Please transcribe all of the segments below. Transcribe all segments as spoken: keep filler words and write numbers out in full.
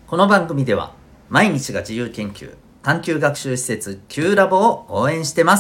この番組では毎日が自由研究探究学習施設 Q ラボを応援してます。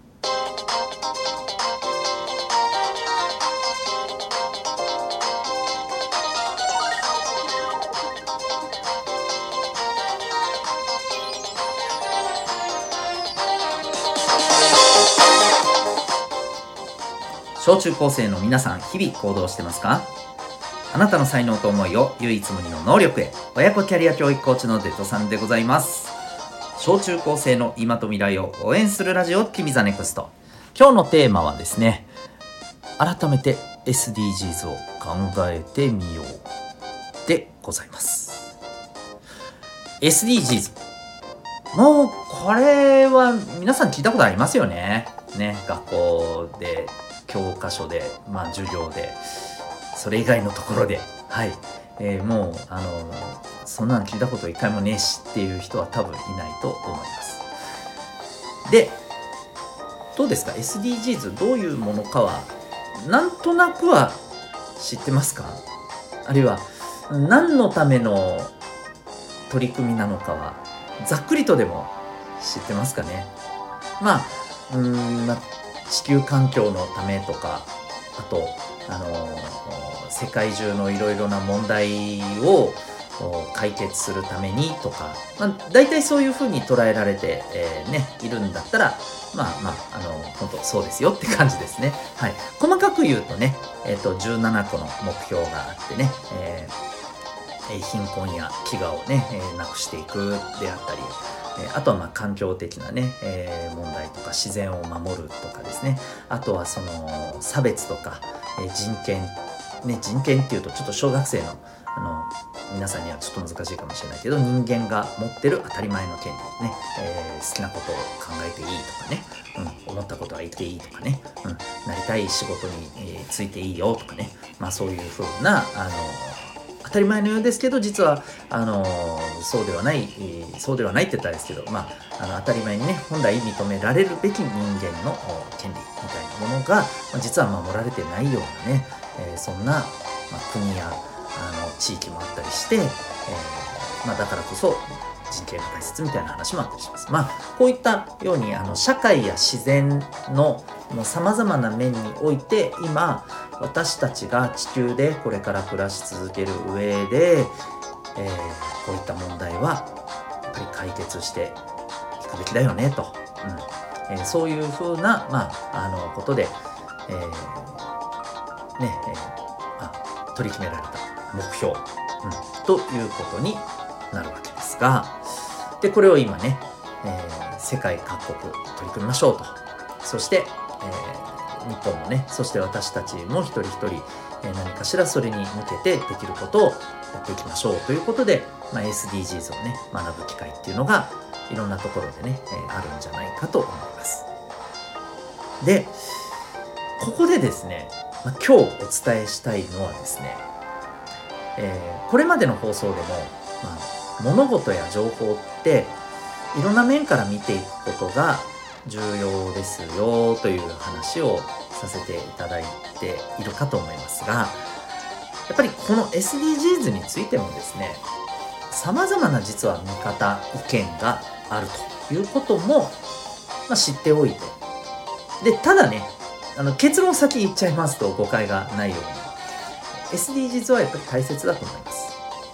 小中高生の皆さん、日々行動してますか？あなたの才能と思いを唯一無二の能力へ。親子キャリア教育コーチのデトさんでございます。小中高生の今と未来を応援するラジオ、君ザネクスト。今日のテーマはですね、改めて エスディージーズ を考えてみようでございます。 エスディージーズ、 もうこれは皆さん聞いたことありますよね。ね、学校で教科書で、まあ授業で、それ以外のところで、はい、えー、もうあのそんなの聞いたこと一回もねえしっていう人は多分いないと思います。で、どうですか？ エスディージーズ どういうものかはなんとなくは知ってますか？あるいは何のための取り組みなのかはざっくりとでも知ってますかね？まあ、うーん、まあ、地球環境のためとか、あとあの世界中のいろいろな問題を解決するためにとか、まあ、大体そういうふうに捉えられて、えーね、いるんだったら、まあまあ、あの本当そうですよって感じですね。はい、細かく言うとね、えー、とじゅうななこの目標があってね、えー、貧困や飢餓をね、えー、なくしていくであったり、あとはまあ環境的なね、えー、問題とか自然を守るとかですね。あとはその差別とか、えー、人権、ね、人権っていうとちょっと小学生の、あの皆さんにはちょっと難しいかもしれないけど、人間が持ってる当たり前の権利ね、えー、好きなことを考えていいとかね、うん、思ったことは言っていいとかね、うん、なりたい仕事に、えー、ついていいよとかね、まあそういうふうなあの当たり前のようですけど、実はあのそうではない、えー、そうではないって言ったらですけど、まあ、あの当たり前にね、本来認められるべき人間の権利みたいなものが、まあ、実は守られてないようなね、えー、そんな、まあ、国やあの地域もあったりして、えーまあ、だからこそ人権が大切みたいな話もあったりします。まあこういったようにあの社会や自然のさまざまな面において、今私たちが地球でこれから暮らし続ける上で、えー、こういった問題はやっぱり解決していくべきだよねと、うんえー、そういうふうな、まあ、あのことで、えーねえーあ、取り決められた目標、うん、ということになるわけですが、でこれを今ね、えー、世界各国取り組みましょうと。そして、えー、日本もね、そして私たちも一人一人、えー、何かしらそれに向けてできることをやっていきましょうということで、まあ、エスディージーズ をね学ぶ機会っていうのがいろんなところでね、えー、あるんじゃないかと思います。で、ここでですね、まあ、今日お伝えしたいのはですね、えー、これまでの放送でも、まあ、物事や情報っていろんな面から見ていくことが重要ですよという話をさせていただいているかと思いますが、やっぱりこの エスディージーズ についてもですね、様々な実は見方、意見があるということも、まあ、知っておいて、でただね、あの結論先言っちゃいますと誤解がないように、 エスディージーズ はやっぱり大切だと思います。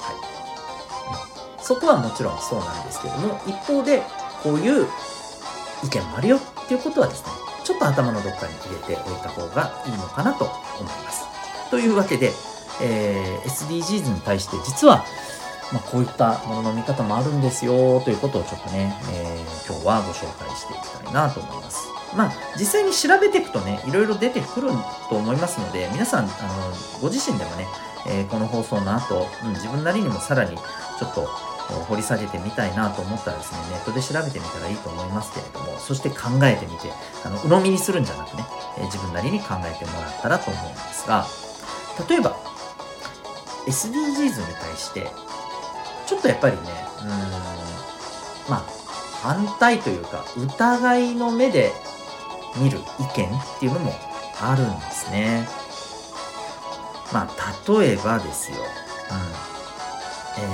そこはもちろんそうなんですけども、一方でこういう意見もあるよっていうことはですね、ちょっと頭のどっかに入れておいた方がいいのかなと思います。というわけで、えー、エスディージーズ に対して実は、まあ、こういったものの見方もあるんですよということをちょっとね、えー、今日はご紹介していきたいなと思います。まあ実際に調べていくとね、いろいろ出てくると思いますので、皆さんあのご自身でもね、えー、この放送の後、うん、自分なりにもさらにちょっと掘り下げてみたいなと思ったらですね、ネットで調べてみたらいいと思いますけれども、そして考えてみて、あの鵜呑みにするんじゃなくね、えー、自分なりに考えてもらったらと思うんですが、例えば エスディージーズ に対してちょっとやっぱりね、うーんまあ反対というか疑いの目で見る意見っていうのもあるんですね。まあ例えばですよ、うんえー、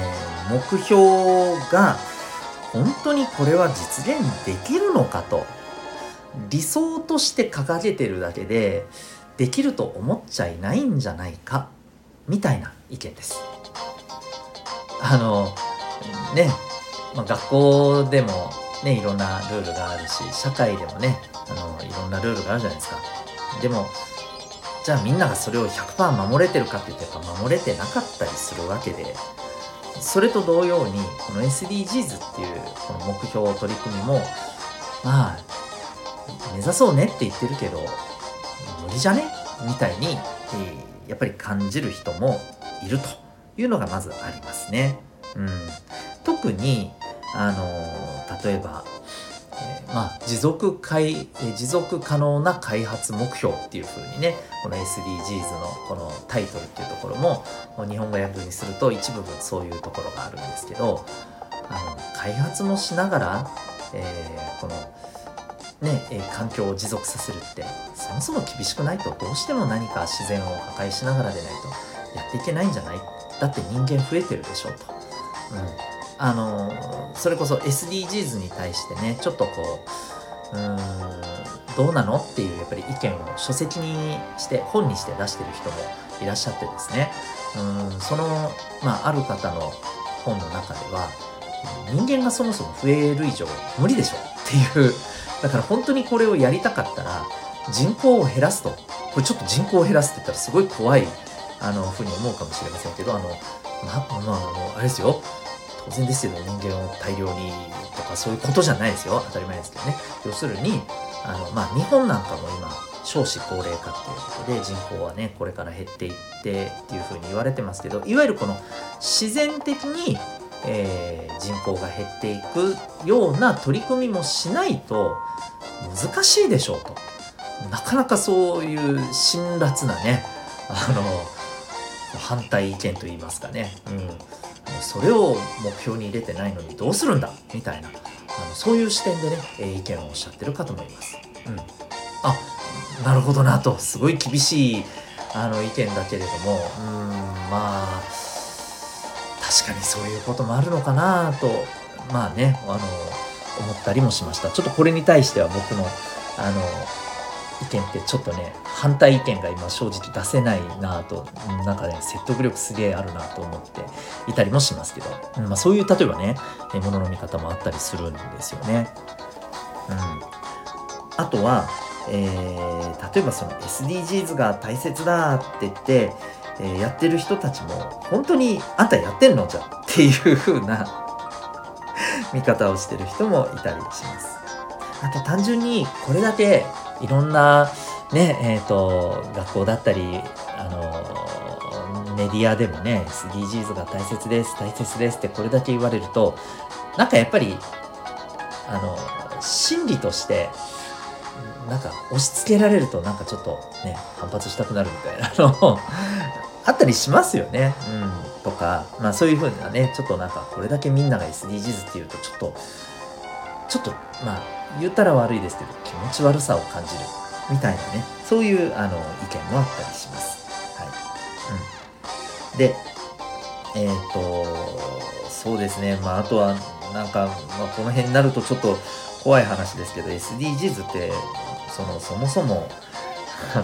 目標が本当にこれは実現できるのかと、理想として掲げてるだけでできると思っちゃいないんじゃないかみたいな意見です。あのね、まあ、学校でもねいろんなルールがあるし、社会でもねあのいろんなルールがあるじゃないですか。でもじゃあみんながそれを ひゃくパーセント 守れてるかって言ってやっぱ守れてなかったりするわけで、それと同様にこの エスディージーズ っていうこの目標取り組みもまあ目指そうねって言ってるけど無理じゃねみたいに、えー、やっぱり感じる人もいるというのがまずありますね。うん、特にあのー、例えば、えー、まあ持続開、えー、持続可能な開発目標っていう風にね、この エスディージーズ のこのタイトルっていうところも日本語訳にすると一部分そういうところがあるんですけど、あの開発もしながら、えー、このね、えー、環境を持続させるってそもそも厳しくないと、どうしても何か自然を破壊しながらでないとやっていけないんじゃない？だって人間増えてるでしょと、うん、あのー、それこそ エスディージーズ に対してねちょっとこう、うーんどうなのっていうやっぱり意見を書籍にして本にして出してる人もいらっしゃってですね、うんその、まあ、ある方の本の中では人間がそもそも増える以上無理でしょっていう、だから本当にこれをやりたかったら人口を減らすと、これちょっと人口を減らすって言ったらすごい怖いあのふうに思うかもしれませんけど、あのまあまああのあれですよ、当然ですよ、人間を大量にとかそういうことじゃないですよ、当たり前ですけどね。要するにあの、まあ、日本なんかも今少子高齢化っていうことで人口はねこれから減っていってっていうふうに言われてますけど、いわゆるこの自然的に、えー、人口が減っていくような取り組みもしないと難しいでしょうと。なかなかそういう辛辣なねあの反対意見といいますかね、うん、それを目標に入れてないのにどうするんだみたいな、あのそういう視点でね、えー、意見をおっしゃってる方もいます。うん、あ、なるほどなと、すごい厳しいあの意見だけれども、うん、まあ確かにそういうこともあるのかなと、まあね、あの思ったりもしました。ちょっとこれに対しては僕のあの意見ってちょっとね反対意見が今正直出せないなと、なんかね説得力すげえあるなと思っていたりもしますけど、うんまあ、そういう例えばねものの見方もあったりするんですよね。うん、あとは、えー、例えばその エスディージーズ が大切だって言って、えー、やってる人たちも本当にあんたやってんのじゃっていう風な見方をしてる人もいたりします。あと単純にこれだけいろんなねえー、と学校だったりあのメディアでもね エスディージーズ が大切です大切ですってこれだけ言われると、なんかやっぱりあの心理としてなんか押し付けられるとなんかちょっとね反発したくなるみたいなのあったりしますよね。うん、とかまあそういう風なねちょっとなんかこれだけみんなが エスディージーズ っていうとちょっとちょっとまあ言ったら悪いですけど気持ち悪さを感じるみたいなね、そういうあの意見もあったりします。はい。うん、でえっ、ー、とそうですね、まああとはなんか、まあ、この辺になるとちょっと怖い話ですけど エスディージーズ ってそのそもそもあの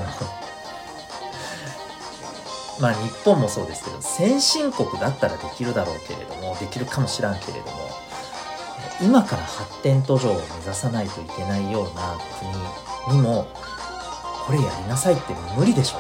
まあ日本もそうですけど先進国だったらできるだろうけれどもできるかもしらんけれども、今から発展途上を目指さないといけないような国にもこれやりなさいって無理でしょと、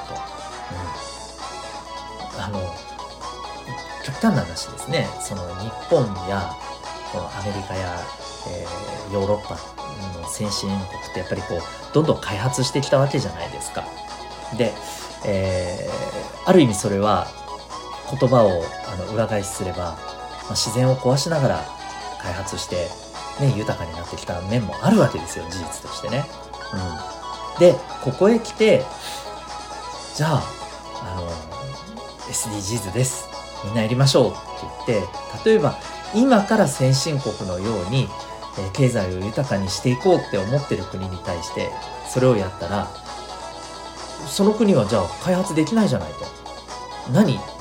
うん、あの極端な話ですね、その日本やこのアメリカや、えー、ヨーロッパの先進国ってやっぱりこうどんどん開発してきたわけじゃないですか。で、えー、ある意味それは言葉をあの裏返しすれば、まあ、自然を壊しながら開発して、ね、豊かになってきた面もあるわけですよ、事実としてね。うん、でここへ来てじゃあ、あの エスディージーズ ですみんなやりましょうって言って、例えば今から先進国のように、えー、経済を豊かにしていこうって思ってる国に対してそれをやったらその国はじゃあ開発できないじゃないと。何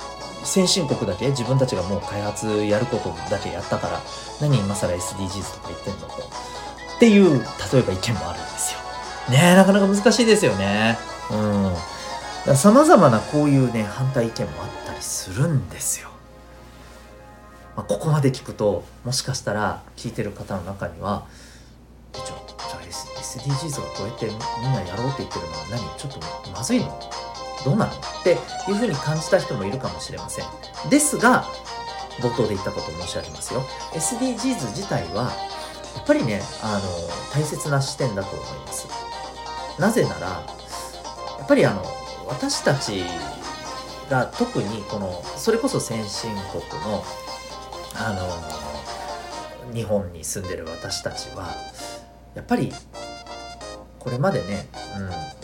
先進国だけ自分たちがもう開発やることだけやったから何今更 エスディージーズ とか言ってんのとっていう例えば意見もあるんですよね。えなかなか難しいですよね。うんさまざまなこういうね反対意見もあったりするんですよ。まあ、ここまで聞くともしかしたら聞いてる方の中にはじゃあ エスディージーズ がこうやってみんなやろうって言ってるのは何ちょっとまずいのどうなのっていうふうに感じた人もいるかもしれません。ですが冒頭で言ったことを申し上げますよ。 エスディージーズ 自体はやっぱりねあの大切な視点だと思います。なぜならやっぱりあの私たちが特にこのそれこそ先進国のあの日本に住んでる私たちはやっぱりこれまでね、うん、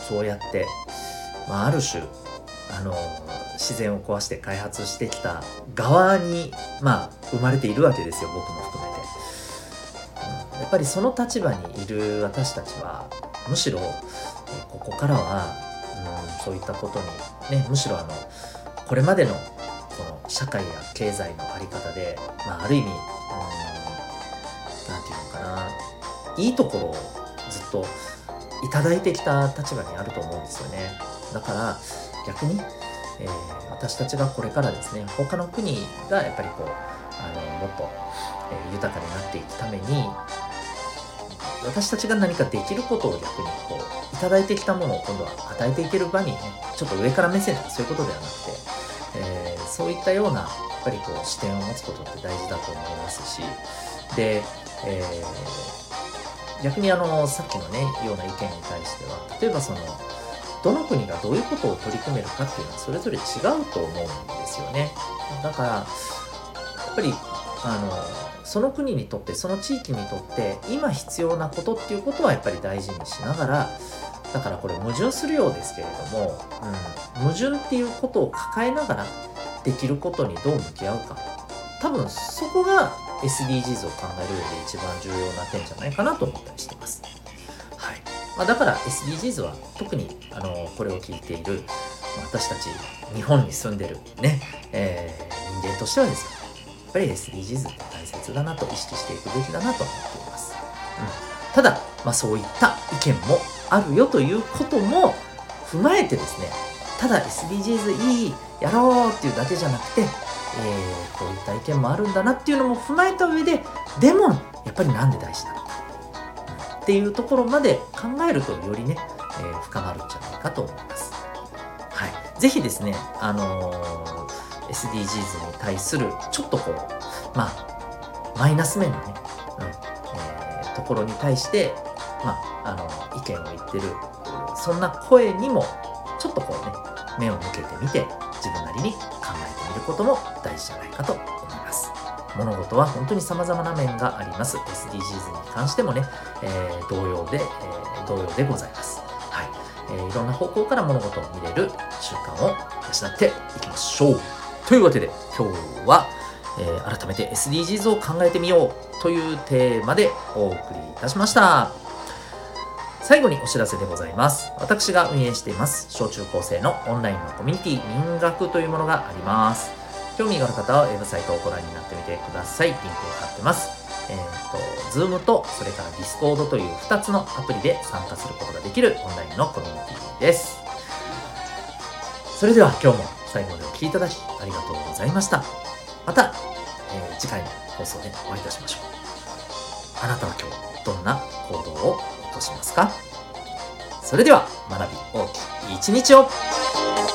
そうやって、まあ、ある種あの自然を壊して開発してきた側に、まあ、生まれているわけですよ、僕も含めて、うん、やっぱりその立場にいる私たちはむしろここからは、うん、そういったことにねむしろあのこれまでのこの社会や経済のあり方で、まあ、ある意味、うん、なんていうのかないいところをずっといただいてきた立場にあると思うんですよね。だから逆に、えー、私たちがこれからですね他の国がやっぱりこうあのもっと、えー、豊かになっていくために私たちが何かできることを逆にこういただいてきたものを今度は与えていける場にねちょっと上から目線とかそういうことではなくて、えー、そういったようなやっぱりこう視点を持つことって大事だと思いますしで、えー、逆にあのさっきのねような意見に対しては例えばそのどの国がどういうことを取り組めるかっていうのはそれぞれ違うと思うんですよね。だからやっぱりあのその国にとってその地域にとって今必要なことっていうことはやっぱり大事にしながらだからこれ矛盾するようですけれども、うん、矛盾っていうことを抱えながらできることにどう向き合うか多分そこが エスディージーズ を考える上で一番重要な点じゃないかなと思ったりしてます。はいまあ、だから エスディージーズ は特にあのこれを聞いている私たち日本に住んでるね、えー、人間としてはですねやっぱり エスディージーズ って大切だなと意識していくべきだなと思っています。うん、ただ、まあ、そういった意見もあるよということも踏まえてですねただ エスディージーズ いいやろうっていうだけじゃなくて、えー、こういった意見もあるんだなっていうのも踏まえた上ででもやっぱりなんで大事なのか、うん、っていうところまで考えるとよりね、えー、深まるんじゃないかと思います。はい、ぜひですね、あのー、エスディージーズ に対するちょっとこうまあマイナス面のね、うんえー、ところに対してまああの意見を言ってるそんな声にもちょっとこうね目を向けてみて自分なりに考えてみることも大事じゃないかと思います。物事は本当に様々な面があります。 エスディージーズ に関してもね、えー、同様で、えー、同様でございます。はい、えー、いろんな方向から物事を見れる習慣を養っていきましょう。というわけで今日は、えー、改めて エスディージーズ を考えてみようというテーマでお送りいたしました。最後にお知らせでございます。私が運営しています小中高生のオンラインのコミュニティ民学というものがあります。興味がある方はウェブサイトをご覧になってみてください。リンクを貼ってます。えっと Zoom とそれから Discord というふたつのアプリで参加することができるオンラインのコミュニティです。それでは今日も最後までお聞きいただきありがとうございました。また、えー、次回の放送でお会いいたしましょう。あなたは今日どんな行動を起こしますか？それでは学び大きい一日を。